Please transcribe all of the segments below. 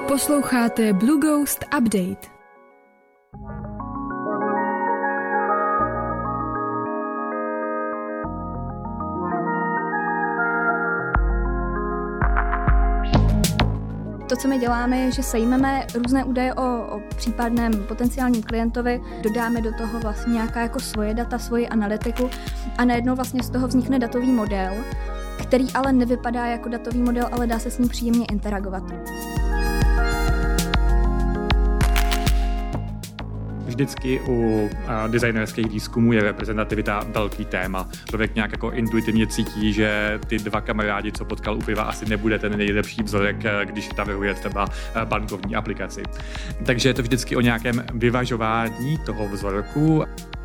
Posloucháte Blue Ghost Update. To, co my děláme, je, že sejmeme různé údaje o případném potenciálním klientovi, dodáme do toho vlastně nějaká jako svoje data, svoji analytiku a najednou vlastně z toho vznikne datový model, který ale nevypadá jako datový model, ale dá se s ním příjemně interagovat. Vždycky u designerských výzkumů je reprezentativita velký téma. Člověk nějak jako intuitivně cítí, že ty dva kamarádi, co potkal u piva, asi nebude ten nejlepší vzorek, když navrhuje třeba bankovní aplikaci. Takže je to vždycky o nějakém vyvažování toho vzorku.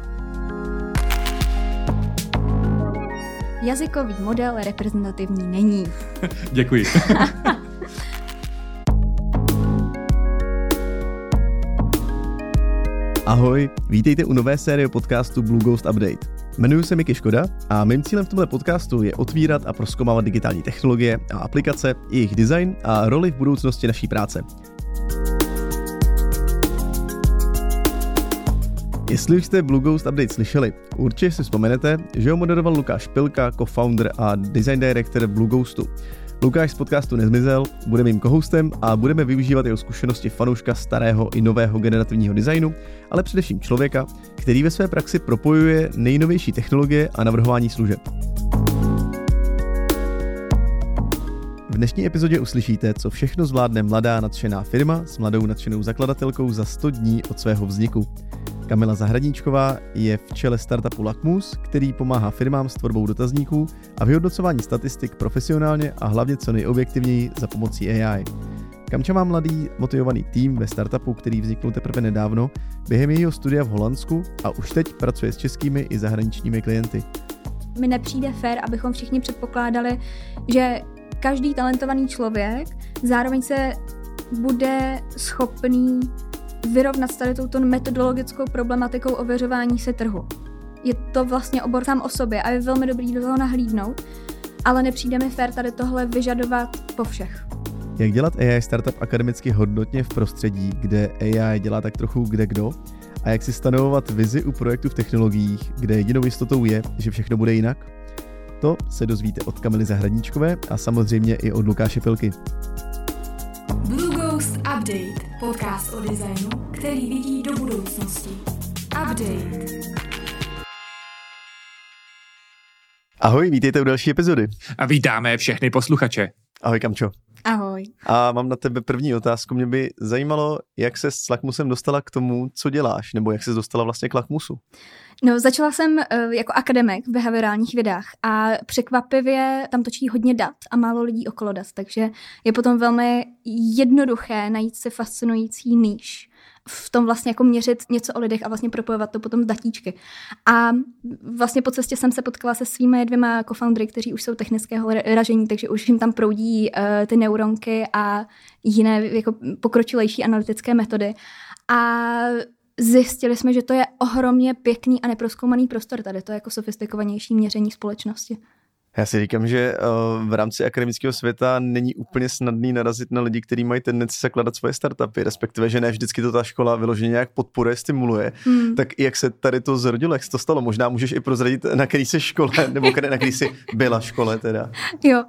Jazykový model reprezentativní není. Děkuji. Ahoj, vítejte u nové série podcastu Blue Ghost Update. Jmenuji se Miky Škoda a mým cílem v tomto podcastu je otvírat a prozkoumávat digitální technologie a aplikace, jejich design a roli v budoucnosti naší práce. Jestli už jste Blue Ghost Update slyšeli, určitě si vzpomenete, že ho moderoval Lukáš Pilka, co-founder a design director Blue Ghostu. Lukáš z podcastu nezmizel, bude mým co-hostem a budeme využívat jeho zkušenosti fanouška starého i nového generativního designu, ale především člověka, který ve své praxi propojuje nejnovější technologie a navrhování služeb. V dnešní epizodě uslyšíte, co všechno zvládne mladá nadšená firma s mladou nadšenou zakladatelkou za 100 dní od svého vzniku. Kamila Zahradníčková je v čele startupu Lakmus, který pomáhá firmám s tvorbou dotazníků a vyhodnocování statistik profesionálně a hlavně co nejobjektivněji za pomocí AI. Kamča má mladý motivovaný tým ve startupu, který vzniknul teprve nedávno, během jejího studia v Holandsku a už teď pracuje s českými i zahraničními klienty. Mi nepřijde fér, abychom všichni předpokládali, že každý talentovaný člověk zároveň se bude schopný vyrovnat s tady touto metodologickou problematikou ověřování se trhu. Je to vlastně obor sám o sobě a je velmi dobrý do toho nahlídnout, ale nepřijde mi fér tady tohle vyžadovat po všech. Jak dělat AI startup akademicky hodnotně v prostředí, kde AI dělá tak trochu kdekdo, a jak si stanovovat vizi u projektu v technologiích, kde jedinou jistotou je, že všechno bude jinak? To se dozvíte od Kamily Zahradníčkové a samozřejmě i od Lukáše Pilky. Blue Ghost Update, podcast o designu, který vidí do budoucnosti. Update. Ahoj, vítejte u další epizody. A vítáme všechny posluchače. Ahoj Kamčo. Ahoj. A mám na tebe první otázku. Mě by zajímalo, jak se s Lakmusem dostala k tomu, co děláš, nebo jak se dostala vlastně k Lakmusu? No, začala jsem jako akademik v behaviorálních vědách a překvapivě tam točí hodně dat a málo lidí okolo dat, takže je potom velmi jednoduché najít si fascinující níž. V tom vlastně jako měřit něco o lidech a vlastně propojovat to potom z datíčky. A vlastně po cestě jsem se potkala se svými 2 co-foundery, kteří už jsou technického ražení, takže už jim tam proudí ty neuronky a jiné jako pokročilejší analytické metody. A zjistili jsme, že to je ohromně pěkný a neprozkoumaný prostor tady, to je jako sofistikovanější měření společnosti. Já si říkám, že v rámci akademického světa není úplně snadný narazit na lidi, kteří mají tendenci zakládat svoje startupy, respektive, že ne vždycky to ta škola vyloženě nějak podporuje, stimuluje. Tak jak se tady to zrodilo, jak se to stalo? Možná můžeš i prozradit, na který jsi škole, nebo na který jsi byla škole teda. Jo,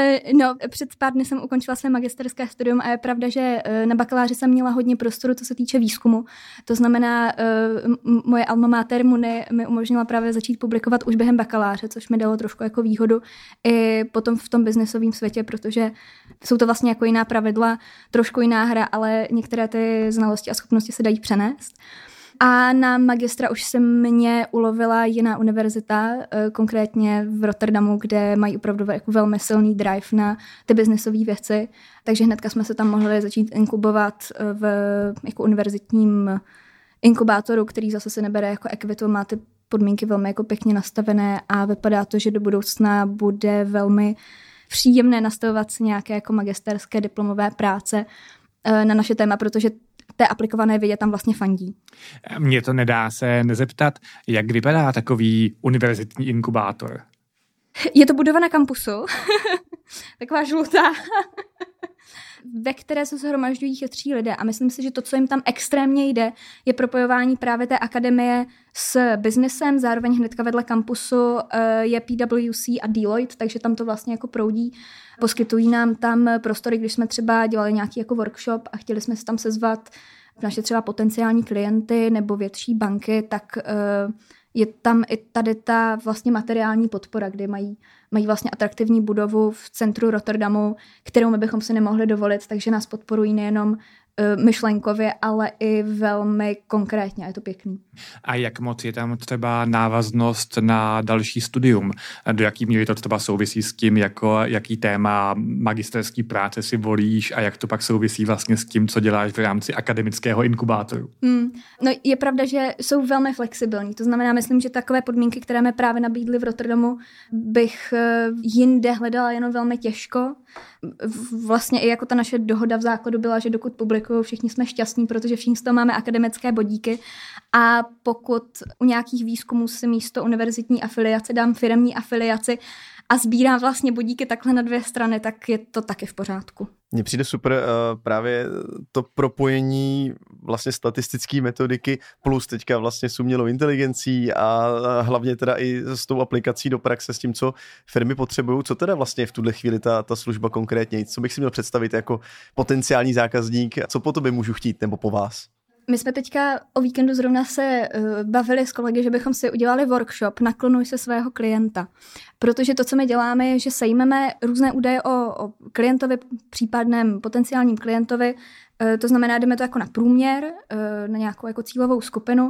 no před pár dny jsem ukončila své magisterské studium a je pravda, že na bakaláři jsem měla hodně prostoru, co se týče výzkumu. To znamená, moje alma mater MUNI mi umožnila právě začít publikovat už během bakaláře, což mi dalo trošku jako výhodu i potom v tom biznesovém světě, protože jsou to vlastně jako jiná pravidla, trošku jiná hra, ale některé ty znalosti a schopnosti se dají přenést. A na magistra už se mě ulovila jiná univerzita, konkrétně v Rotterdamu, kde mají opravdu jako velmi silný drive na ty biznesové věci, takže hnedka jsme se tam mohli začít inkubovat v jako univerzitním inkubátoru, který zase se nebere jako equity, má ty podmínky velmi jako pěkně nastavené a vypadá to, že do budoucna bude velmi příjemné nastavovat si nějaké jako magisterské diplomové práce na naše téma, protože té aplikované vědě tam vlastně fandí. Mně to nedá se nezeptat, jak vypadá takový univerzitní inkubátor. Je to budova na kampusu, taková žlutá. ve které se shromažďují chytří lidé. A myslím si, že to, co jim tam extrémně jde, je propojování právě té akademie s biznesem. Zároveň hnedka vedle kampusu je PwC a Deloitte, takže tam to vlastně jako proudí. Poskytují nám tam prostory, když jsme třeba dělali nějaký jako workshop a chtěli jsme se tam sezvat naše třeba potenciální klienty nebo větší banky, tak je tam i tady ta vlastně materiální podpora, kde mají vlastně atraktivní budovu v centru Rotterdamu, kterou my bychom si nemohli dovolit, takže nás podporují nejenom myšlenkově, ale i velmi konkrétně. Je to pěkný. A jak moc je tam třeba návaznost na další studium? Do jaký míry to třeba souvisí s tím, jaký téma magisterský práce si volíš a jak to pak souvisí vlastně s tím, co děláš v rámci akademického inkubátoru? No je pravda, že jsou velmi flexibilní. To znamená, myslím, že takové podmínky, které mi právě nabídly v Rotterdamu, bych jinde hledala jenom velmi těžko. Vlastně i jako ta naše dohoda v základu byla, že dokud publikují, všichni jsme šťastní, protože všichni z toho máme akademické bodíky a pokud u nějakých výzkumů si místo univerzitní afiliace dám firemní afiliaci a sbírám vlastně bodíky takhle na dvě strany, tak je to taky v pořádku. Mně přijde super právě to propojení vlastně statistické metodiky plus teďka vlastně s umělou inteligencí a hlavně teda i s tou aplikací do praxe s tím, co firmy potřebují. Co teda vlastně je v tuhle chvíli ta služba konkrétně? Co bych si měl představit jako potenciální zákazník? Co po tobě můžu chtít nebo po vás? My jsme teďka o víkendu zrovna se bavili s kolegy, že bychom si udělali workshop Naklonuj se svého klienta. Protože to, co my děláme, je, že sejmeme různé údaje o klientovi, případném potenciálním klientovi. To znamená, jdeme to jako na průměr, na nějakou jako cílovou skupinu,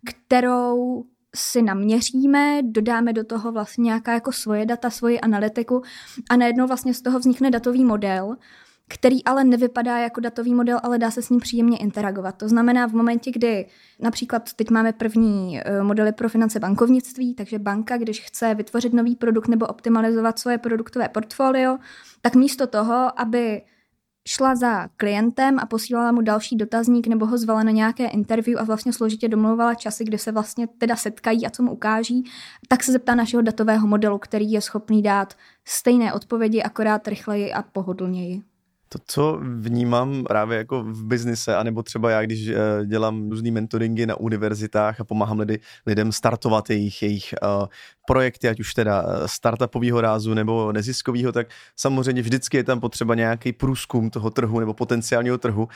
kterou si naměříme, dodáme do toho vlastně nějaká jako svoje data, svoji analytiku a najednou vlastně z toho vznikne datový model, který ale nevypadá jako datový model, ale dá se s ním příjemně interagovat. To znamená v momentě, kdy například teď máme první modely pro finance bankovnictví, takže banka, když chce vytvořit nový produkt nebo optimalizovat svoje produktové portfolio, tak místo toho, aby šla za klientem a posílala mu další dotazník nebo ho zvala na nějaké interview a vlastně složitě domlouvala časy, kde se vlastně teda setkají a co mu ukáží, tak se zeptá našeho datového modelu, který je schopný dát stejné odpovědi, akorát rychleji a pohodlněji. To, co vnímám právě jako v biznise, anebo třeba já, když dělám různý mentoringy na univerzitách a pomáhám lidem startovat jejich projekty, ať už teda startupového rázu nebo neziskového, tak samozřejmě vždycky je tam potřeba nějaký průzkum toho trhu nebo potenciálního trhu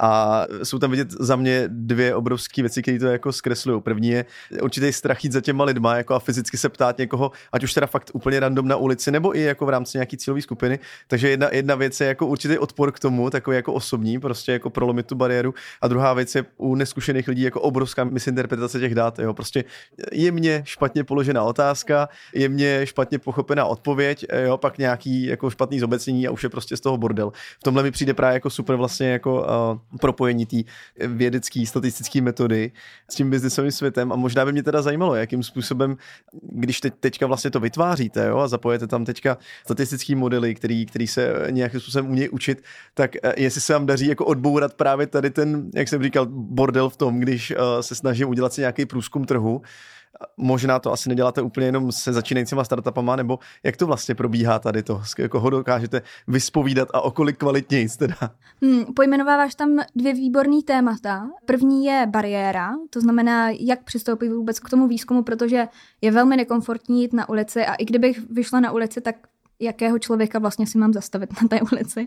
a jsou tam vidět za mě dvě obrovské věci, které to jako zkreslují. První je určitý strach jít za těma lidma jako a fyzicky se ptát někoho, ať už teda fakt úplně random na ulici nebo i jako v rámci nějaký cílové skupiny. Takže jedna věc je jako určitý odpor k tomu, takový jako osobní, prostě jako prolomit tu bariéru a druhá věc je u neskušených lidí jako obrovská misinterpretace těch dat, jo, prostě jemně špatně položená otázka, jemně špatně pochopená odpověď, jo, pak nějaký jako špatný zobecnění a už je prostě z toho bordel. V tomhle mi přijde právě jako super vlastně jako propojení té vědecké statistické metody s tím biznisovým světem a možná by mě teda zajímalo, jakým způsobem, když teďka vlastně to vytváříte, jo, a zapojete tam teďka statistické modely, který se nějakým způsobem umějí učit, tak jestli se vám daří jako odbourat právě tady ten, jak jsem říkal, bordel v tom, když se snažím udělat si nějaký průzkum trhu. Možná to asi neděláte úplně jenom se začínajícíma startupama, nebo jak to vlastně probíhá tady to? Koho dokážete vyspovídat a o kolik kvalitnějc teda? Pojmenováváš tam dvě výborný témata. První je bariéra, to znamená, jak přistoupit vůbec k tomu výzkumu, protože je velmi nekomfortní jít na ulici a i kdybych vyšla na ulici, tak jakého člověka vlastně si mám zastavit na té ulici.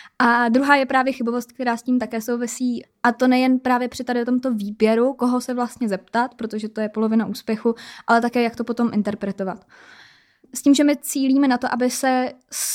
A druhá je právě chybovost, která s tím také souvisí. A to nejen právě při tady tomto výběru, koho se vlastně zeptat, protože to je polovina úspěchu, ale také jak to potom interpretovat. S tím, že my cílíme na to, aby se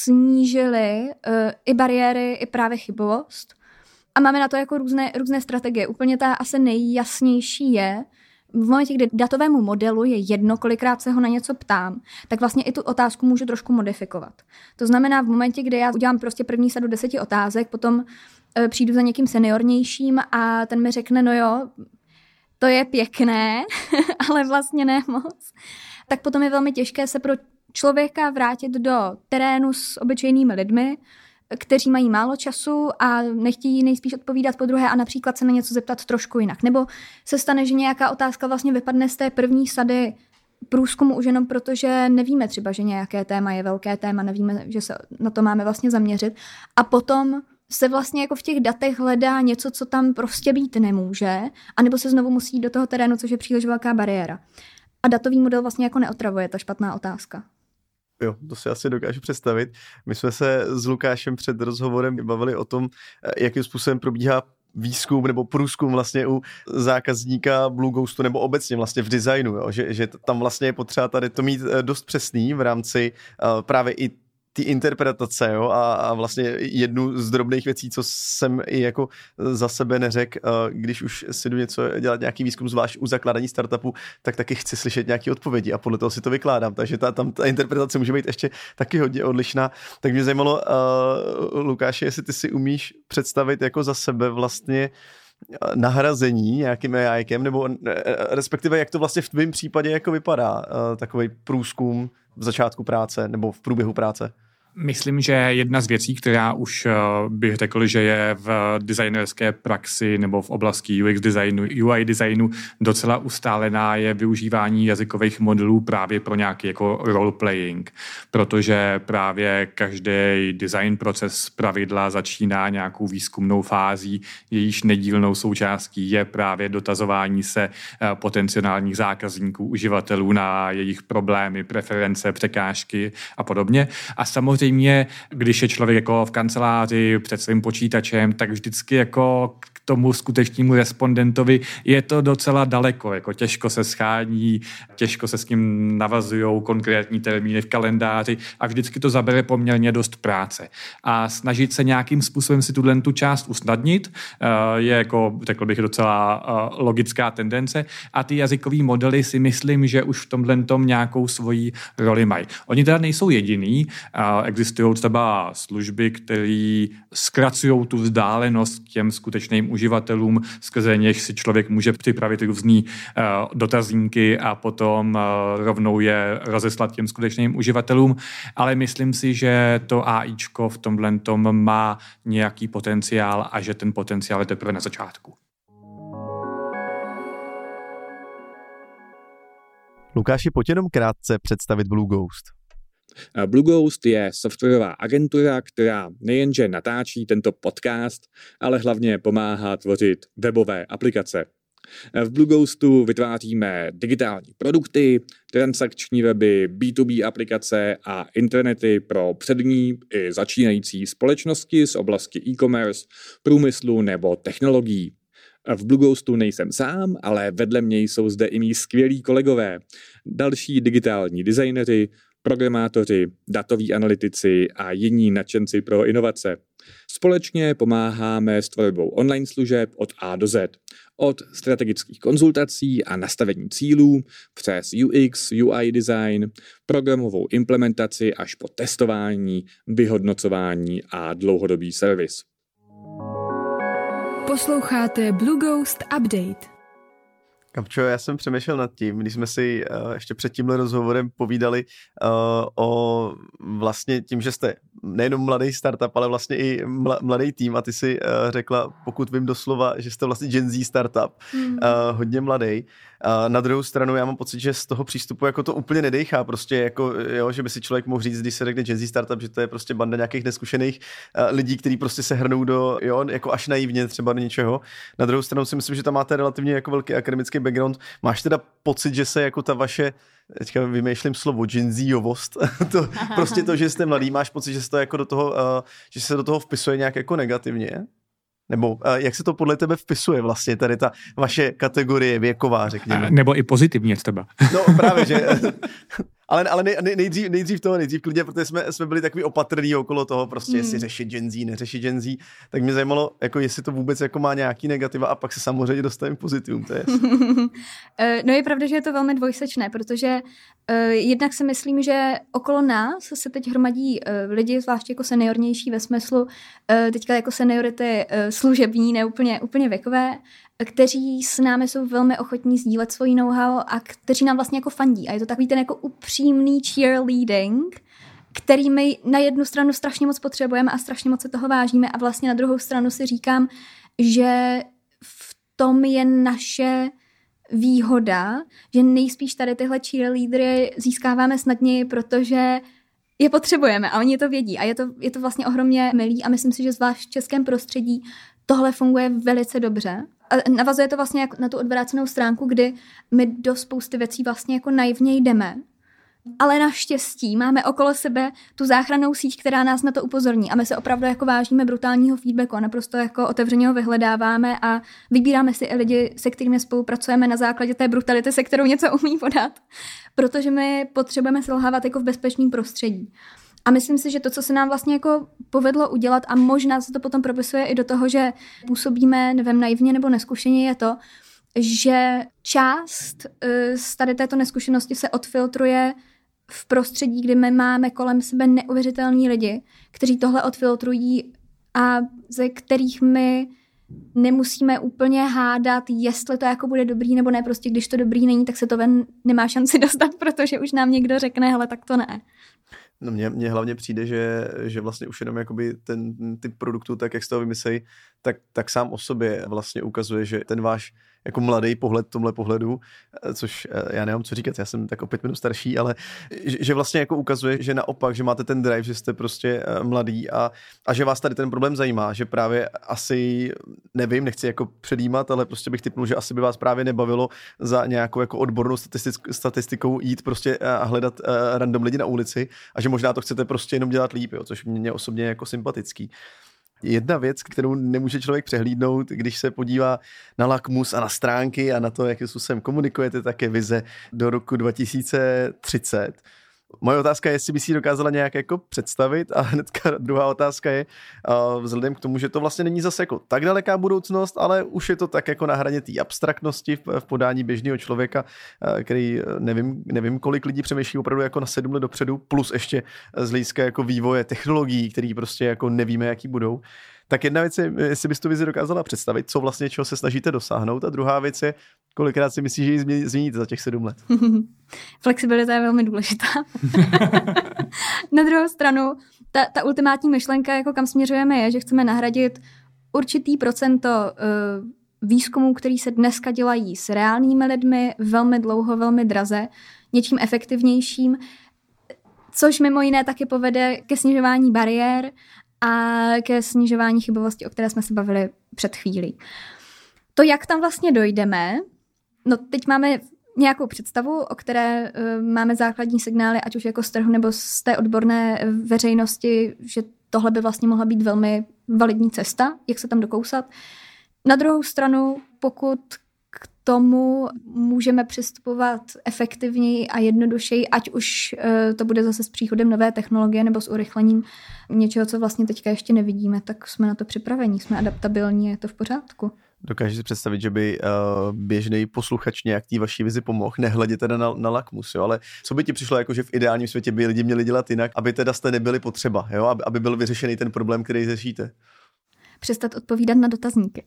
snížily i bariéry, i právě chybovost. A máme na to jako různé strategie. Úplně ta asi nejjasnější je, v momentě, kdy datovému modelu je jedno, kolikrát se ho na něco ptám, tak vlastně i tu otázku můžu trošku modifikovat. To znamená, v momentě, kdy já udělám prostě první sadu 10 otázek, potom přijdu za někým seniornějším a ten mi řekne, no jo, to je pěkné, ale vlastně ne moc. Tak potom je velmi těžké se pro člověka vrátit do terénu s obyčejnými lidmi, kteří mají málo času a nechtějí nejspíš odpovídat po druhé a například se na něco zeptat trošku jinak. Nebo se stane, že nějaká otázka vlastně vypadne z té první sady průzkumu už jenom proto, že nevíme třeba, že nějaké téma je velké téma, nevíme, že se na to máme vlastně zaměřit. A potom se vlastně jako v těch datech hledá něco, co tam prostě být nemůže, anebo se znovu musí jít do toho terénu, což je příliš velká bariéra. A datový model vlastně jako neotravuje, ta špatná otázka. Jo, to si asi dokážu představit. My jsme se s Lukášem před rozhovorem bavili o tom, jakým způsobem probíhá výzkum nebo průzkum vlastně u zákazníka Blue Ghostu nebo obecně vlastně v designu, jo? Že tam vlastně je potřeba tady to mít dost přesný v rámci právě i ty interpretace, jo, a vlastně jednu z drobných věcí, co jsem i jako za sebe neřekl, když už si jdu něco dělat, nějaký výzkum, zvlášť u zakládání startupu, tak taky chci slyšet nějaké odpovědi a podle toho si to vykládám, takže ta interpretace může být ještě taky hodně odlišná. Tak mě zajímalo, Lukáši, jestli ty si umíš představit jako za sebe vlastně nahrazení nějakým AIkem, nebo respektive jak to vlastně v tvém případě jako vypadá, takový průzkum v začátku práce nebo v průběhu práce? Myslím, že jedna z věcí, která už bych řekl, že je v designerské praxi nebo v oblasti UX designu, UI designu docela ustálená, je využívání jazykových modelů právě pro nějaký jako role-playing, protože právě každý design proces pravidla začíná nějakou výzkumnou fází, jejíž nedílnou součástí je právě dotazování se potenciálních zákazníků, uživatelů na jejich problémy, preference, překážky a podobně. A samozřejmě, když je člověk jako v kanceláři před svým počítačem, tak vždycky jako k tomu skutečnému respondentovi je to docela daleko, jako těžko se schání, těžko se s ním navazují konkrétní termíny v kalendáři a vždycky to zabere poměrně dost práce. A snažit se nějakým způsobem si tu část usnadnit je jako, řekl bych, docela logická tendence a ty jazykové modely si myslím, že už v tomhletom nějakou svoji roli mají. Oni teda nejsou jediný, existují třeba služby, které zkracují tu vzdálenost k těm skutečným uživatelům, skrze něž si člověk může připravit různý dotazníky a potom rovnou je rozeslat těm skutečným uživatelům, ale myslím si, že to AIčko v tomhle tom má nějaký potenciál a že ten potenciál je teprve na začátku. Lukáši, pojď jenom krátce představit Blue Ghost. Blue Ghost je softwarová agentura, která nejenže natáčí tento podcast, ale hlavně pomáhá tvořit webové aplikace. V Blue Ghostu vytváříme digitální produkty, transakční weby, B2B aplikace a internety pro přední i začínající společnosti z oblasti e-commerce, průmyslu nebo technologií. V Blue Ghostu nejsem sám, ale vedle mě jsou zde i mý skvělí kolegové, další digitální designeři, programátoři, datoví analytici a jiní nadšenci pro inovace. Společně pomáháme s tvorbou online služeb od A do Z. Od strategických konzultací a nastavení cílů přes UX, UI design, programovou implementaci až po testování, vyhodnocování a dlouhodobý servis. Posloucháte Blue Ghost Update. Kamčo, já jsem přemýšlel nad tím, když jsme si ještě před tímhle rozhovorem povídali o vlastně tím, že jste nejenom mladý startup, ale vlastně i mladý tým a ty si řekla, pokud vím doslova, že jste vlastně Gen Z startup, hodně mladý. Na druhou stranu já mám pocit, že z toho přístupu jako to úplně nedejchá, prostě jako, jo, že by si člověk mohl říct, když se řekne Gen Z startup, že to je prostě banda nějakých neskušených lidí, kteří prostě se hrnou do, jo, jako až naivně třeba do něčeho. Na druhou stranu si myslím, že tam máte relativně jako velký akademický background. Máš teda pocit, že se jako ta vaše, teďka vymýšlím slovo, Gen-Zovost, to, prostě to, že jste mladý, máš pocit, že se to jako do toho, že se do toho vpisuje nějak jako negativně? Nebo jak se to podle tebe vpisuje vlastně, tady ta vaše kategorie věková, řekněme? Nebo i pozitivně třeba. No právě, že... Ale nejdřív klidně, protože jsme byli takový opatrný okolo toho, prostě jestli řešit Gen Z, neřešit Gen Z, tak mě zajímalo, jako jestli to vůbec jako má nějaký negativa a pak se samozřejmě dostaneme k pozitivům, to je. No je pravda, že je to velmi dvojsečné, protože jednak si myslím, že okolo nás se teď hromadí lidi, zvláště jako seniornější ve smyslu, teďka jako seniority služební, ne úplně věkové, kteří s námi jsou velmi ochotní sdílet svoji know-how a kteří nám vlastně jako fandí. A je to takový ten jako upřímný cheerleading, který my na jednu stranu strašně moc potřebujeme a strašně moc se toho vážíme a vlastně na druhou stranu si říkám, že v tom je naše výhoda, že nejspíš tady tyhle cheerleadery získáváme snadněji, protože je potřebujeme a oni to vědí a je to vlastně ohromně milý a myslím si, že zvlášť v českém prostředí tohle funguje velice dobře. A navazuje to vlastně na tu odvrácenou stránku, kdy my do spousty věcí vlastně jako naivně jdeme, ale naštěstí máme okolo sebe tu záchrannou síť, která nás na to upozorní a my se opravdu jako vážíme brutálního feedbacku a naprosto jako otevřeně ho vyhledáváme a vybíráme si i lidi, se kterými spolupracujeme na základě té brutality, se kterou něco umí podat, protože my potřebujeme selhávat jako v bezpečném prostředí. A myslím si, že to, co se nám vlastně jako povedlo udělat a možná se to potom propisuje i do toho, že působíme, nevím, naivně nebo neskušeně, je to, že část z tady této neskušenosti se odfiltruje v prostředí, kdy my máme kolem sebe neuvěřitelní lidi, kteří tohle odfiltrují a ze kterých my nemusíme úplně hádat, jestli to jako bude dobrý nebo ne. Prostě když to dobrý není, tak se to ven nemá šanci dostat, protože už nám někdo řekne, hele, tak to ne. No mně hlavně přijde, že vlastně už jenom jakoby ten typ produktu, tak jak z toho vymyslejí, tak sám o sobě vlastně ukazuje, že ten váš jako mladý pohled tomhle pohledu, což já nemám co říkat, já jsem tak o 5 minut starší, ale že vlastně jako ukazuje, že naopak, že máte ten drive, že jste prostě mladý a že vás tady ten problém zajímá, že právě asi, nevím, nechci jako předjímat, ale prostě bych tipnul, že asi by vás právě nebavilo za nějakou jako odbornou statistikou jít prostě a hledat random lidi na ulici a že možná to chcete prostě jenom dělat líp, jo, což mě osobně je jako sympatický. Jedna věc, kterou nemůže člověk přehlídnout, když se podívá na Lakmus a na stránky a na to, jakým způsobem komunikujete, také vize do roku 2030. Moje otázka je, jestli by si ji dokázala nějak jako představit a hnedka druhá otázka je, vzhledem k tomu, že to vlastně není zase jako tak daleká budoucnost, ale už je to tak jako na hraně té abstraktnosti v podání běžného člověka, který nevím, kolik lidí přemýšlí opravdu jako na 7 let dopředu, plus ještě z hlediska jako vývoje technologií, který prostě jako nevíme, jaký budou. Tak jedna věc je, jestli bys tu vizi dokázala představit, co vlastně, čeho se snažíte dosáhnout, a druhá věc je, kolikrát si myslíš, že ji změníte za těch 7 let? Flexibilita je velmi důležitá. Na druhou stranu, ta ultimátní myšlenka, jako kam směřujeme, je, že chceme nahradit určitý procento výzkumů, který se dneska dělají s reálnými lidmi, velmi dlouho, velmi draze, něčím efektivnějším, což mimo jiné taky povede ke snižování bariér a ke snižování chybovosti, o které jsme se bavili před chvílí. To, jak tam vlastně dojdeme, no teď máme nějakou představu, o které máme základní signály, ať už jako z trhu nebo z té odborné veřejnosti, že tohle by vlastně mohla být velmi validní cesta, jak se tam dokousat. Na druhou stranu, pokud k tomu můžeme přistupovat efektivněji a jednodušeji, ať už to bude zase s příchodem nové technologie nebo s urychlením něčeho, co vlastně teďka ještě nevidíme, tak jsme na to připraveni, jsme adaptabilní, je to v pořádku. Dokážeš si představit, že by běžný posluchač nějak té vaší vizi pomohl, nehledě teda na Lakmus, jo? Ale co by ti přišlo, jako že v ideálním světě by lidi měli dělat jinak, aby teda jste nebyli potřeba, jo? Aby byl vyřešený ten problém, který řešíte? Přestat odpovídat na dotazníky.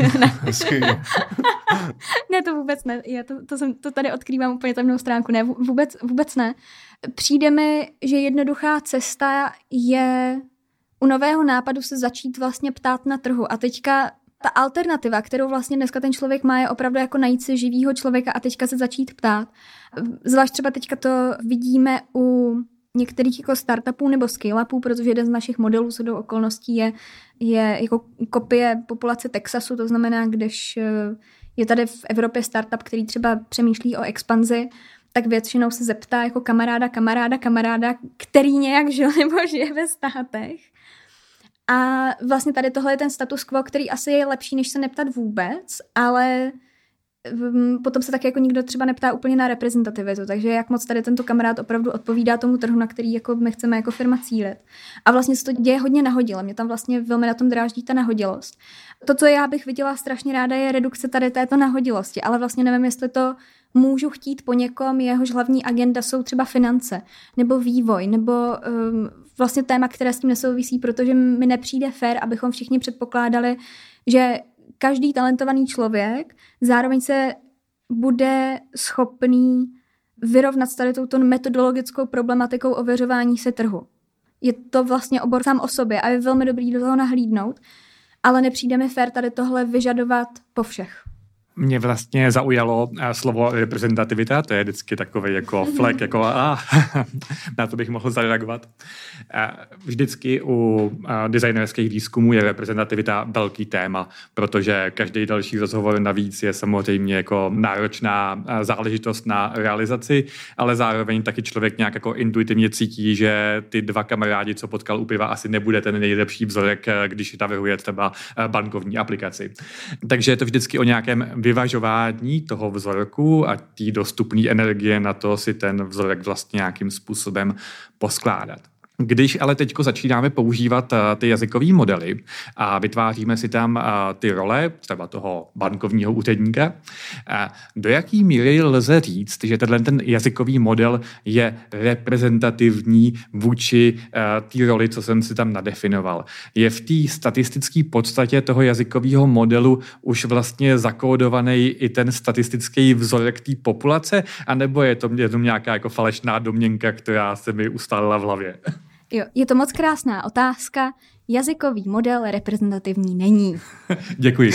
Ne, to vůbec ne. To tady odkrývám úplně temnou stránku. Ne, vůbec ne. Přijde mi, že jednoduchá cesta je u nového nápadu se začít vlastně ptát na trhu. A teďka ta alternativa, kterou vlastně dneska ten člověk má, je opravdu jako najít si živýho člověka a teďka se začít ptát. Zvlášť třeba teďka to vidíme u některých jako startupů nebo scale-upů, protože jeden z našich modelů shodou okolností je jako kopie populace Texasu, to znamená, když je tady v Evropě startup, který třeba přemýšlí o expanzi, tak většinou se zeptá jako kamaráda, který nějak žil nebo žije ve státech. A vlastně tady tohle je ten status quo, který asi je lepší, než se neptat vůbec, ale potom se tak jako nikdo třeba neptá úplně na reprezentativitu, takže jak moc tady tento kamarád opravdu odpovídá tomu trhu, na který jako my chceme jako firma cílit. A vlastně se to děje hodně nahodile, mě tam vlastně velmi na tom dráždí ta nahodilost. To, co já bych viděla strašně ráda, je redukce tady této nahodilosti, ale vlastně nevím, jestli to můžu chtít po někom, jehož hlavní agenda jsou třeba finance, nebo vývoj, nebo vlastně téma, které s tím nesouvisí, protože mi nepřijde fér, abychom všichni předpokládali, že každý talentovaný člověk zároveň se bude schopný vyrovnat s tady touto metodologickou problematikou ověřování se trhu. Je to vlastně obor sám o sobě a je velmi dobrý do toho nahlídnout, ale nepřijde mi fér tady tohle vyžadovat po všech. Mě vlastně zaujalo slovo reprezentativita, to je vždycky takový jako flek, jako na to bych mohl zareagovat. Vždycky u designerských výzkumů je reprezentativita velký téma, protože každý další rozhovor navíc je samozřejmě jako náročná záležitost na realizaci, ale zároveň taky člověk nějak jako intuitivně cítí, že ty dva kamarádi, co potkal u piva, asi nebude ten nejlepší vzorek, když navrhuje třeba bankovní aplikaci. Takže je to vždycky o nějakém vyvažování toho vzorku a té dostupné energie na to si ten vzorek vlastně nějakým způsobem poskládat. Když ale teď začínáme používat ty jazykové modely a vytváříme si tam ty role, třeba toho bankovního úředníka, do jaký míry lze říct, že ten jazykový model je reprezentativní vůči té roli, co jsem si tam nadefinoval. Je v té statistické podstatě toho jazykového modelu už vlastně zakódovaný i ten statistický vzorek té populace, anebo je to jenom nějaká jako falešná domněnka, která se mi ustálila v hlavě? Jo, je to moc krásná otázka. Jazykový model reprezentativní není. Děkuji.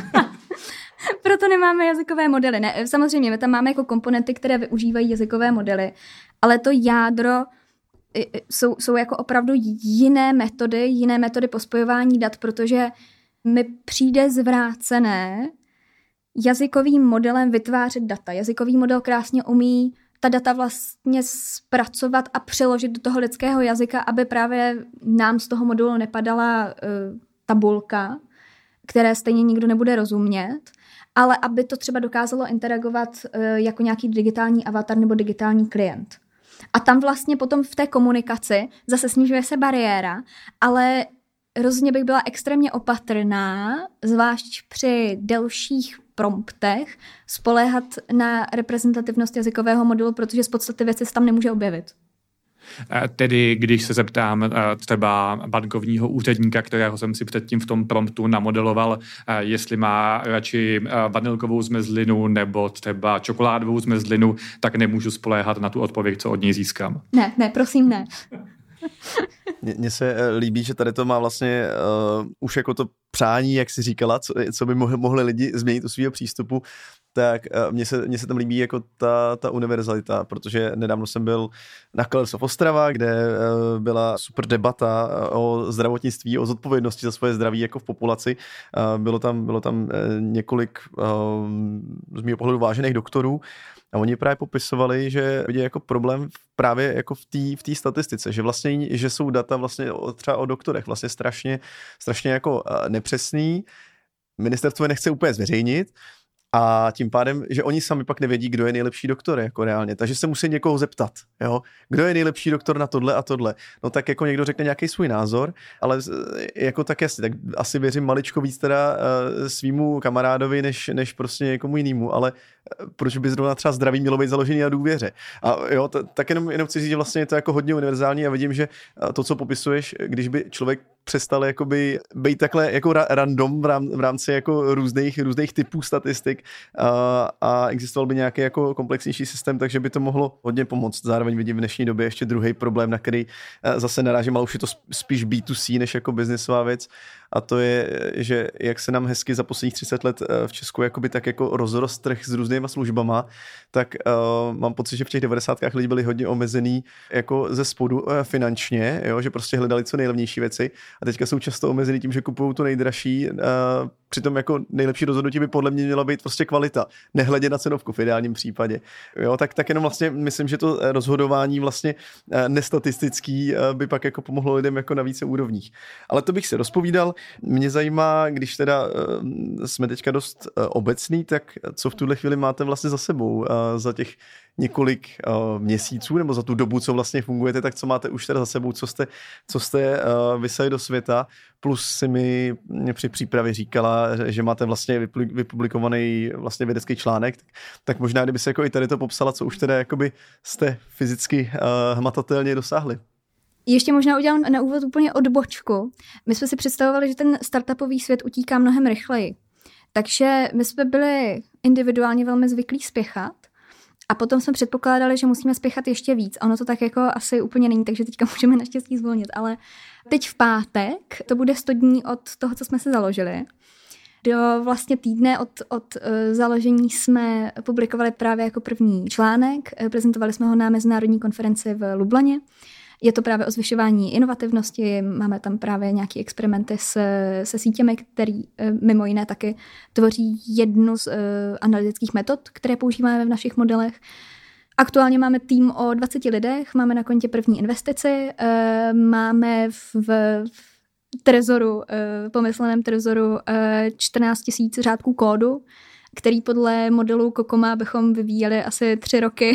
Proto nemáme jazykové modely. Ne, samozřejmě, my tam máme jako komponenty, které využívají jazykové modely, ale to jádro jsou jako opravdu jiné metody pospojování dat, protože mi přijde zvrácené jazykovým modelem vytvářet data. Jazykový model krásně umí ta data vlastně zpracovat a přeložit do toho lidského jazyka, aby právě nám z toho modulu nepadala tabulka, které stejně nikdo nebude rozumět, ale aby to třeba dokázalo interagovat jako nějaký digitální avatar nebo digitální klient. A tam vlastně potom v té komunikaci zase snižuje se bariéra, ale rozhodně bych byla extrémně opatrná, zvlášť při delších promptech, spoléhat na reprezentativnost jazykového modulu, protože z podstaty věci se tam nemůže objevit. Tedy když se zeptám třeba bankovního úředníka, kterého jsem si předtím v tom promptu namodeloval, jestli má radši vanilkovou zmrzlinu nebo třeba čokoládovou zmrzlinu, tak nemůžu spoléhat na tu odpověď, co od něj získám. Ne, prosím ne. Mně se líbí, že tady to má vlastně už jako to přání, jak jsi říkala, co by mohli lidi změnit u svého přístupu, tak mně se tam líbí jako ta univerzalita, protože nedávno jsem byl na Colors of Ostrava, kde byla super debata o zdravotnictví, o zodpovědnosti za svoje zdraví jako v populaci. Bylo tam několik z mého pohledu vážených doktorů a oni právě popisovali, že vidí jako problém právě jako v té statistice, že vlastně, že jsou data vlastně třeba o doktorech vlastně strašně jako nepřesný. Ministerstvo je nechce úplně zveřejnit a tím pádem, že oni sami pak nevědí, kdo je nejlepší doktor jako reálně, takže se musí někoho zeptat, jo? Kdo je nejlepší doktor na tohle a tohle. No tak jako někdo řekne nějaký svůj názor, ale jako tak jasně, tak asi věřím maličko víc teda svýmu kamarádovi, než prostě někomu jinému, ale proč by zrovna třeba zdraví mělo být založený na důvěře. A jo, tak jenom chci říct, že vlastně je to jako hodně univerzální a vidím, že to, co popisuješ, když by člověk přestal jakoby být takhle jako random v rámci jako různých typů statistik a existoval by nějaký jako komplexnější systém, takže by to mohlo hodně pomoct. Zároveň vidím v dnešní době ještě druhý problém, na který zase narážím, ale už je to spíš B2C než jako biznesová věc, a to je, že jak se nám hezky za posledních 30 let v Česku jakoby tak jako rozrost trh s různýma službama, tak mám pocit, že v těch 90kách lidi byli hodně omezený jako ze spodu finančně, jo, že prostě hledali co nejlevnější věci a teďka jsou často omezený tím, že kupují to nejdražší, přitom jako nejlepší rozhodnutí by podle mě měla být prostě kvalita, nehledě na cenovku v ideálním případě. Jo, tak jenom vlastně myslím, že to rozhodování vlastně nestatistický by pak jako pomohlo lidem jako na více úrovních. Ale to bych se rozpovídal. Mě zajímá, když teda jsme teďka dost obecný, tak co v tuhle chvíli máte vlastně za sebou za těch několik měsíců, nebo za tu dobu, co vlastně fungujete, tak co máte už teda za sebou, co jste vyseli do světa, plus si mi při přípravě říkala, že máte vlastně vypublikovaný vlastně vědecký článek, tak možná, kdyby se jako i tady to popsala, co už teda jakoby jste fyzicky hmatatelně dosáhli. Ještě možná udělám na úvod úplně odbočku. My jsme si představovali, že ten startupový svět utíká mnohem rychleji. Takže my jsme byli individuálně velmi zvyklí spěchat a potom jsme předpokládali, že musíme spěchat ještě víc. A ono to tak jako asi úplně není, takže teďka můžeme naštěstí zvolnit. Ale teď v pátek to bude 100 dní od toho, co jsme se založili. Do vlastně týdne od založení jsme publikovali právě jako první článek, prezentovali jsme ho na mezinárodní konferenci v Lublaně. Je to právě o zvyšování inovativnosti, máme tam právě nějaké experimenty se sítěmi, které mimo jiné taky tvoří jednu z analytických metod, které používáme v našich modelech. Aktuálně máme tým o 20 lidech, máme na kontě první investici, máme v trezoru, pomysleném trezoru 14 000 řádků kódu, který podle modelu Kokoma bychom vyvíjeli asi 3 roky.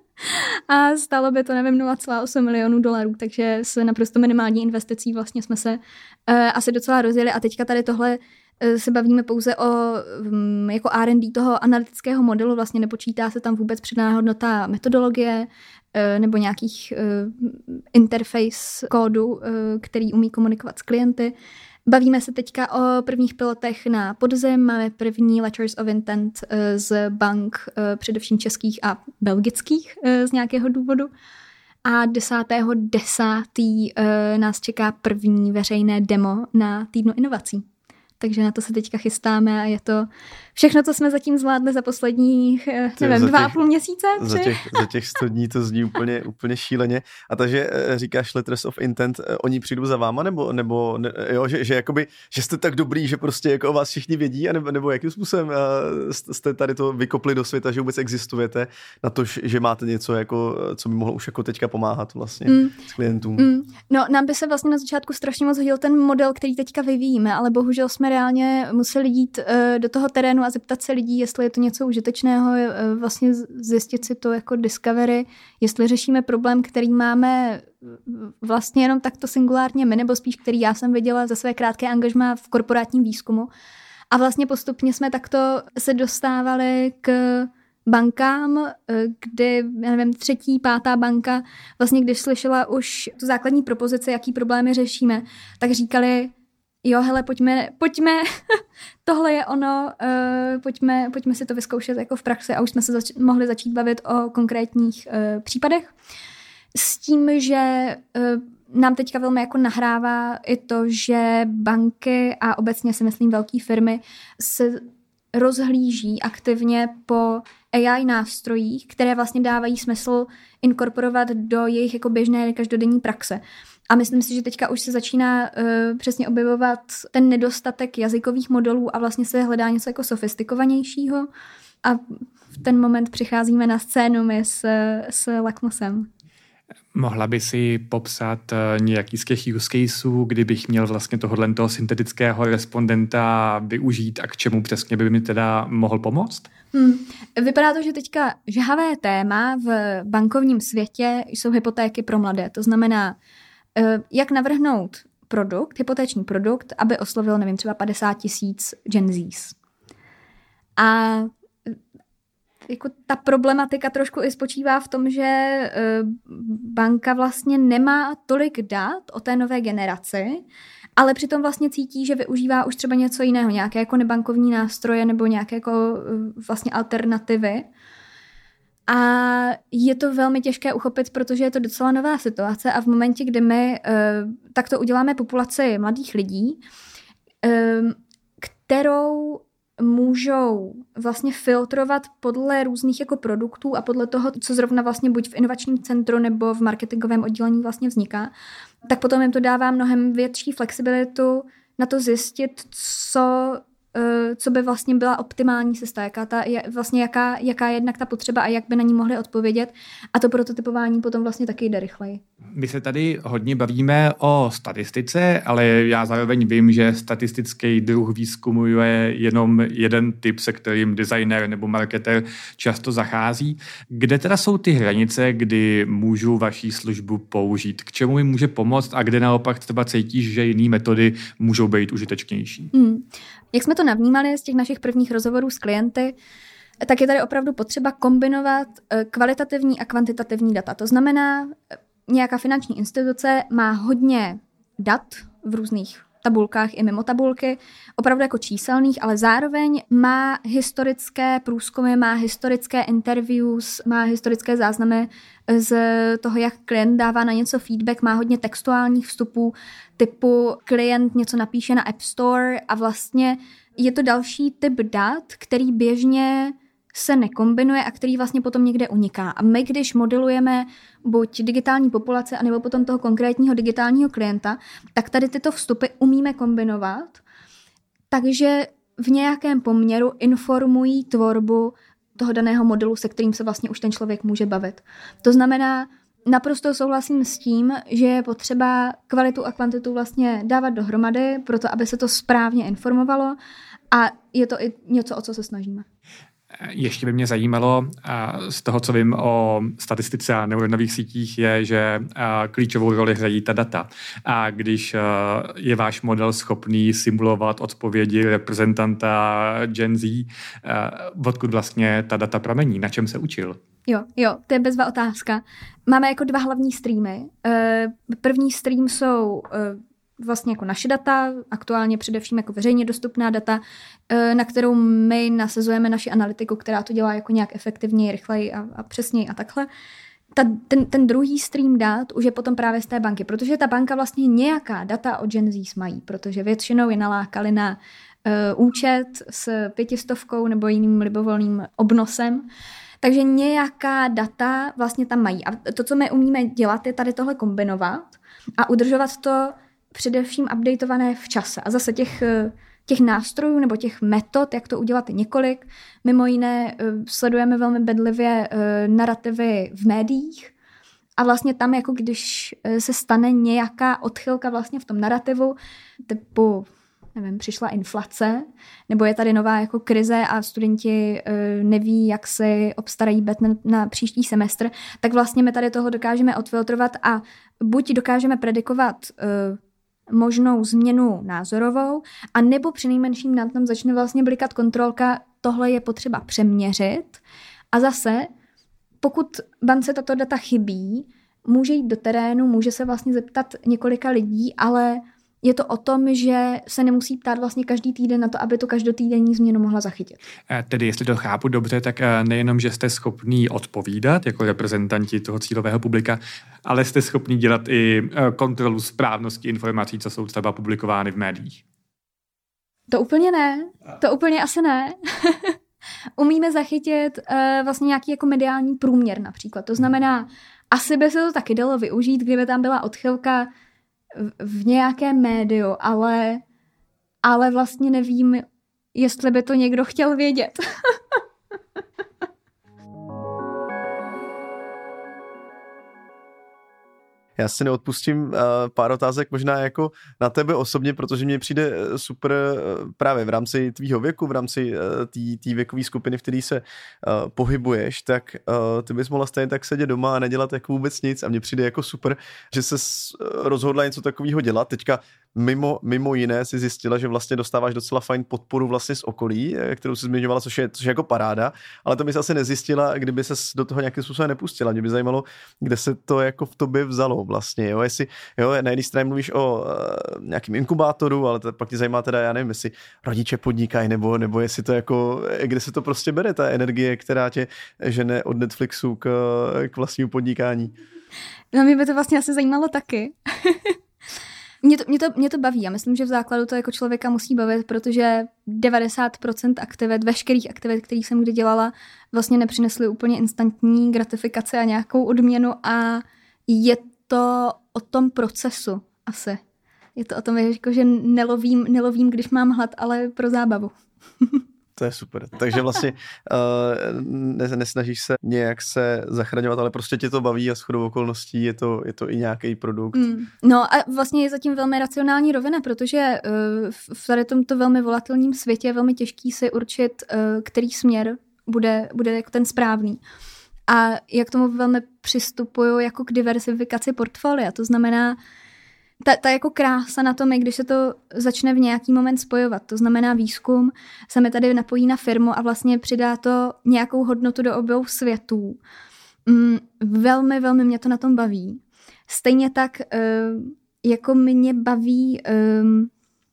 A stálo by to, nevím, $0,8 milionů, takže s naprosto minimální investicí vlastně jsme se asi docela rozjeli a teďka tady tohle se bavíme pouze o jako R&D toho analytického modelu, vlastně nepočítá se tam vůbec přidaná hodnota metodologie nebo nějakých interface kódu, který umí komunikovat s klienty. Bavíme se teďka o prvních pilotech na podzim, máme první letters of intent z bank, především českých a belgických z nějakého důvodu. A 10.10. nás čeká první veřejné demo na týdnu inovací. Takže na to se teďka chystáme a je to všechno, co jsme zatím zvládli za posledních, nevím, 2,5 měsíce. Za těch 100 dní to zní úplně šíleně. A takže říkáš letters of intent, oni přijdou za váma, nebo jo, že jakoby, že jste tak dobrý, že prostě jako o vás všichni vědí, nebo jakým způsobem jste tady to vykopli do světa, že vůbec existujete na to, že máte něco, jako, co by mohlo už jako teďka pomáhat vlastně s klientům. No, nám by se vlastně na začátku strašně moc hodil ten model, který teďka vyvíjíme, ale bohužel jsme reálně museli jít do toho terénu a zeptat se lidí, jestli je to něco užitečného, vlastně zjistit si to jako discovery, jestli řešíme problém, který máme vlastně jenom takto singulárně my, nebo spíš který já jsem viděla za své krátké angažmá v korporátním výzkumu. A vlastně postupně jsme takto se dostávali k bankám, kdy, já nevím, 3., 5. banka, vlastně když slyšela už tu základní propozici, jaký problémy řešíme, tak říkali, jo, hele, pojďme, tohle je ono, pojďme si to vyzkoušet jako v praxi a už jsme se mohli začít bavit o konkrétních případech. S tím, že nám teďka velmi jako nahrává i to, že banky a obecně si myslím velké firmy se rozhlíží aktivně po AI nástrojích, které vlastně dávají smysl inkorporovat do jejich jako běžné každodenní praxe. A myslím si, že teďka už se začíná přesně objevovat ten nedostatek jazykových modelů a vlastně se hledá něco jako sofistikovanějšího a v ten moment přicházíme na scénu my s Lakmusem. Mohla by si popsat nějaký z těch use caseů, kdybych měl vlastně toho syntetického respondenta využít a k čemu přesně by mi teda mohl pomoct? Vypadá to, že teďka žhavé téma v bankovním světě jsou hypotéky pro mladé. To znamená, jak navrhnout hypotéční produkt, aby oslovil, nevím, třeba 50 000 Gen Zs. A jako ta problematika trošku i spočívá v tom, že banka vlastně nemá tolik dat o té nové generaci, ale přitom vlastně cítí, že využívá už třeba něco jiného, nějaké jako nebankovní nástroje nebo nějaké jako vlastně alternativy. A je to velmi těžké uchopit, protože je to docela nová situace a v momentě, kdy my takto uděláme populaci mladých lidí, kterou můžou vlastně filtrovat podle různých jako produktů a podle toho, co zrovna vlastně buď v inovačním centru nebo v marketingovém oddělení vlastně vzniká, tak potom jim to dává mnohem větší flexibilitu na to zjistit, co by vlastně byla optimální cesta, jaká je jednak ta potřeba a jak by na ní mohli odpovědět. A to prototypování potom vlastně taky jde rychleji. My se tady hodně bavíme o statistice, ale já zároveň vím, že statistický druh výzkumu je jenom jeden typ, se kterým designer nebo marketer často zachází. Kde teda jsou ty hranice, kdy můžu vaší službu použít? K čemu mi může pomoct a kde naopak třeba cítíš, že jiné metody můžou být užitečnější? Jak jsme to navnímali z těch našich prvních rozhovorů s klienty, tak je tady opravdu potřeba kombinovat kvalitativní a kvantitativní data. To znamená, nějaká finanční instituce má hodně dat v různých tabulkách i mimo tabulky, opravdu jako číselných, ale zároveň má historické průzkumy, má historické interviews, má historické záznamy z toho, jak klient dává na něco feedback, má hodně textuálních vstupů, typu klient něco napíše na App Store a vlastně je to další typ dat, který běžně se nekombinuje a který vlastně potom někde uniká. A my, když modelujeme buď digitální populace, anebo potom toho konkrétního digitálního klienta, tak tady tyto vstupy umíme kombinovat, takže v nějakém poměru informují tvorbu toho daného modelu, se kterým se vlastně už ten člověk může bavit. To znamená, naprosto souhlasím s tím, že je potřeba kvalitu a kvantitu vlastně dávat dohromady, proto aby se to správně informovalo a je to i něco, o co se snažíme. Ještě by mě zajímalo, z toho, co vím o statistice a neuronových sítích, je, že klíčovou roli hrají ta data. A když je váš model schopný simulovat odpovědi reprezentanta Gen Z, odkud vlastně ta data pramení, na čem se učil? Jo, to je bezva otázka. Máme jako 2 hlavní streamy. První stream jsou vlastně jako naše data, aktuálně především jako veřejně dostupná data, na kterou my nasazujeme naši analytiku, která to dělá jako nějak efektivněji, rychleji a přesněji a takhle. Ten druhý stream dat už je potom právě z té banky, protože ta banka vlastně nějaká data o Gen Z mají, protože většinou je nalákali na účet s 500 nebo jiným libovolným obnosem. Takže nějaká data vlastně tam mají. A to, co my umíme dělat, je tady tohle kombinovat a udržovat to především updateované v čase. A zase těch nástrojů nebo těch metod, jak to udělat, je několik. Mimo jiné sledujeme velmi bedlivě narrativy v médiích a vlastně tam, jako když se stane nějaká odchylka vlastně v tom narrativu, typu, nevím, přišla inflace, nebo je tady nová jako krize a studenti neví, jak si obstarají bet na příští semestr, tak vlastně my tady toho dokážeme odfiltrovat a buď dokážeme predikovat možnou změnu názorovou, a nebo přinejmenším nám tam začne vlastně blikat kontrolka, tohle je potřeba přeměřit. A zase, pokud bance tato data chybí, může jít do terénu, může se vlastně zeptat několika lidí, ale je to o tom, že se nemusí ptát vlastně každý týden na to, aby tu každotýdenní změnu mohla zachytit. Tedy, jestli to chápu dobře, tak nejenom, že jste schopní odpovídat jako reprezentanti toho cílového publika, ale jste schopní dělat i kontrolu správnosti informací, co jsou třeba publikovány v médiích. To úplně ne. To úplně asi ne. Umíme zachytit vlastně nějaký jako mediální průměr například. To znamená, asi by se to taky dalo využít, kdyby tam byla odchylka v nějakém médiu, ale vlastně nevím, jestli by to někdo chtěl vědět. Já si neodpustím pár otázek možná jako na tebe osobně, protože mně přijde super právě v rámci tvýho věku, v rámci té věkové skupiny, v které se pohybuješ, tak ty bys mohla stejně tak sedět doma a nedělat jako vůbec nic a mně přijde jako super, že se rozhodla něco takového dělat. Teďka mimo jiné si zjistila, že vlastně dostáváš docela fajn podporu vlastně z okolí, kterou si zmiňovala, což je jako paráda, ale to bys asi nezjistila, kdyby se do toho nějakým způsobem nepustila. Mě by zajímalo, kde se to jako v tobě vzalo vlastně, jo, jestli, jo, na jedné straně mluvíš o nějakým inkubátoru, ale pak tě zajímá teda, já nevím, jestli rodiče podnikají, nebo jestli to jako, kde se to prostě bere, ta energie, která tě žene od Netflixu k vlastnímu podnikání. No, mě by to vlastně asi zajímalo taky. Mě to baví a myslím, že v základu to jako člověka musí bavit, protože 90% aktivit, veškerých aktivit, které jsem kdy dělala, vlastně nepřinesly úplně instantní gratifikaci a nějakou odměnu a je to o tom procesu asi. Je to o tom, že nelovím, když mám hlad, ale pro zábavu. To je super. Takže vlastně nesnažíš se nějak se zachraňovat, ale prostě tě to baví a shodou okolností je to i nějaký produkt. No a vlastně je zatím velmi racionální rovina, protože v tady tomto velmi volatilním světě je velmi těžký si určit, který směr bude jako ten správný. A jak tomu velmi přistupuju jako k diversifikaci portfolia. To znamená, ta jako krása na tom je, když se to začne v nějaký moment spojovat. To znamená, výzkum se mi tady napojí na firmu a vlastně přidá to nějakou hodnotu do obou světů. Velmi, velmi mě to na tom baví. Stejně tak, jako mě baví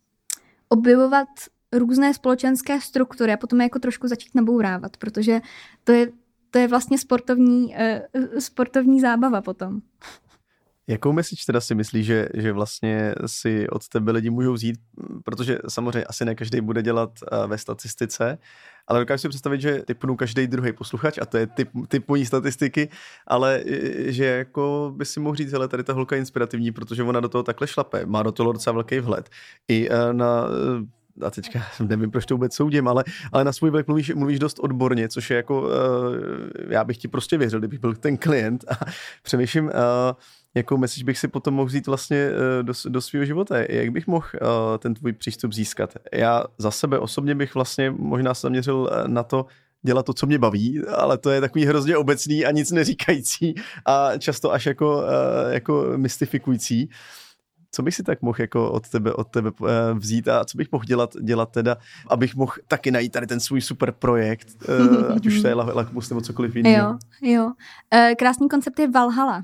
objevovat různé společenské struktury a potom jako trošku začít nabourávat, protože to je vlastně sportovní zábava potom. Jakou message teda si myslíš, že vlastně si od tebe lidi můžou vzít, protože samozřejmě asi ne každý bude dělat ve statistice, ale dokážu si představit, že typnu každý druhý posluchač a to je typ mojí statistiky, ale že jako by si mohl říct, hele, tady ta holka je inspirativní, protože ona do toho takhle šlape, má do toho docela velký vhled. I a teďka nevím, proč to vůbec soudím, ale na svůj vlek mluvíš dost odborně, což je jako, já bych ti prostě věřil, kdybych byl ten klient a přemýšlím, jakou message bych si potom mohl vzít vlastně do svého života. Jak bych mohl ten tvůj přístup získat? Já za sebe osobně bych vlastně možná se zaměřil na to, dělat to, co mě baví, ale to je takový hrozně obecný a nic neříkající a často až jako mystifikující. Co bych si tak mohl jako od tebe vzít a co bych mohl dělat teda, abych mohl taky najít tady ten svůj super projekt, ať už to je Lakmus nebo cokoliv jiného. Jo. Krásný koncept je Valhalla.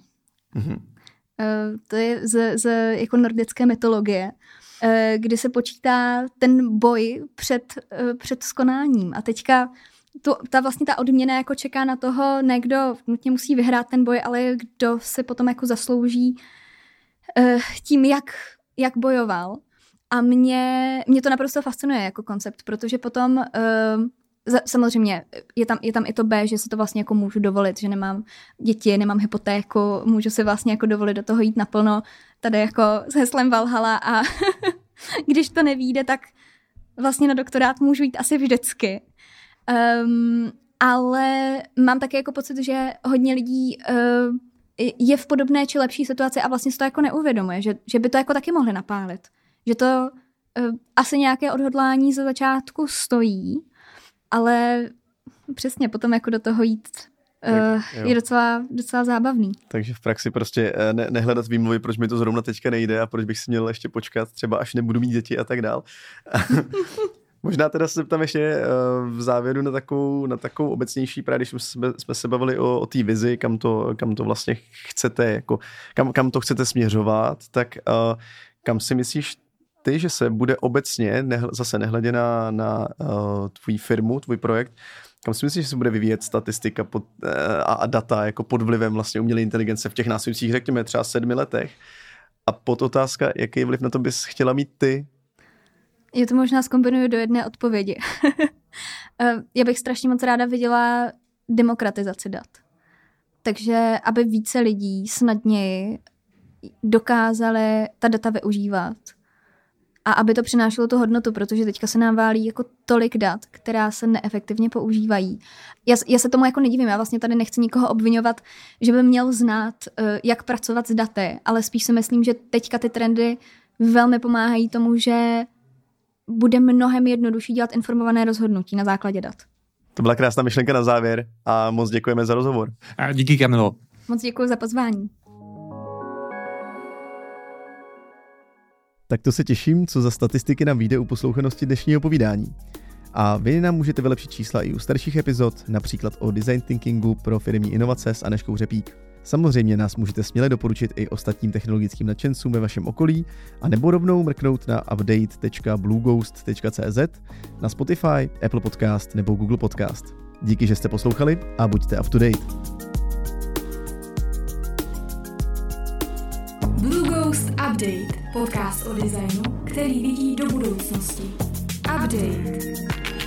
To je z jako nordické mytologie, kdy se počítá ten boj před skonáním. A teďka ta odměna jako čeká na toho, ne kdo nutně musí vyhrát ten boj, ale kdo se potom jako zaslouží tím, jak bojoval. A mě to naprosto fascinuje jako koncept, protože potom samozřejmě je tam i to B, že si to vlastně jako můžu dovolit, že nemám děti, nemám hypotéku, můžu si vlastně jako dovolit do toho jít naplno tady jako s heslem Valhalla a když to nevyjde, tak vlastně na doktorát můžu jít asi vždycky. Ale mám také jako pocit, že hodně lidí je v podobné či lepší situaci a vlastně se to jako neuvědomuje, že by to jako taky mohli napálit. Že to asi nějaké odhodlání ze začátku stojí, ale přesně potom jako do toho jít je docela zábavný. Takže v praxi prostě nehledat výmluvy, proč mi to zrovna teďka nejde a proč bych si měl ještě počkat, třeba až nebudu mít děti a tak dál. Možná teda se tam ještě v závěru na takovou obecnější, právě když jsme se bavili o té vizi, kam to vlastně chcete, jako, kam to chcete směřovat, tak kam si myslíš ty, že se bude obecně, zase nehledě na tvůj firmu, tvůj projekt, kam si myslíš, že se bude vyvíjet statistika a data jako pod vlivem vlastně umělé inteligence v těch následujících, řekněme, třeba 7 letech? A podotázka, jaký vliv na to bys chtěla mít ty? Já to možná zkombinuju do jedné odpovědi. Já bych strašně moc ráda viděla demokratizaci dat. Takže aby více lidí snadněji dokázali ta data využívat a aby to přinášelo tu hodnotu, protože teďka se nám válí jako tolik dat, která se neefektivně používají. Já se tomu jako nedivím, já vlastně tady nechci nikoho obvinovat, že by měl znát, jak pracovat s daty, ale spíš si myslím, že teďka ty trendy velmi pomáhají tomu, že bude mnohem jednodušší dělat informované rozhodnutí na základě dat. To byla krásná myšlenka na závěr a moc děkujeme za rozhovor. A díky, Kamilo. Moc děkuji za pozvání. Tak to se těším, co za statistiky nám vyjde u poslouchanosti dnešního povídání. A vy nám můžete vylepšit čísla i u starších epizod, například o design thinkingu pro firemní inovace s Anežkou Řepík. Samozřejmě nás můžete směle doporučit i ostatním technologickým nadšencům ve vašem okolí a nebo rovnou mrknout na update.blueghost.cz, na Spotify, Apple Podcast nebo Google Podcast. Díky, že jste poslouchali a buďte up to date. Blue Ghost Update, podcast o designu, který vidí do budoucnosti. Update.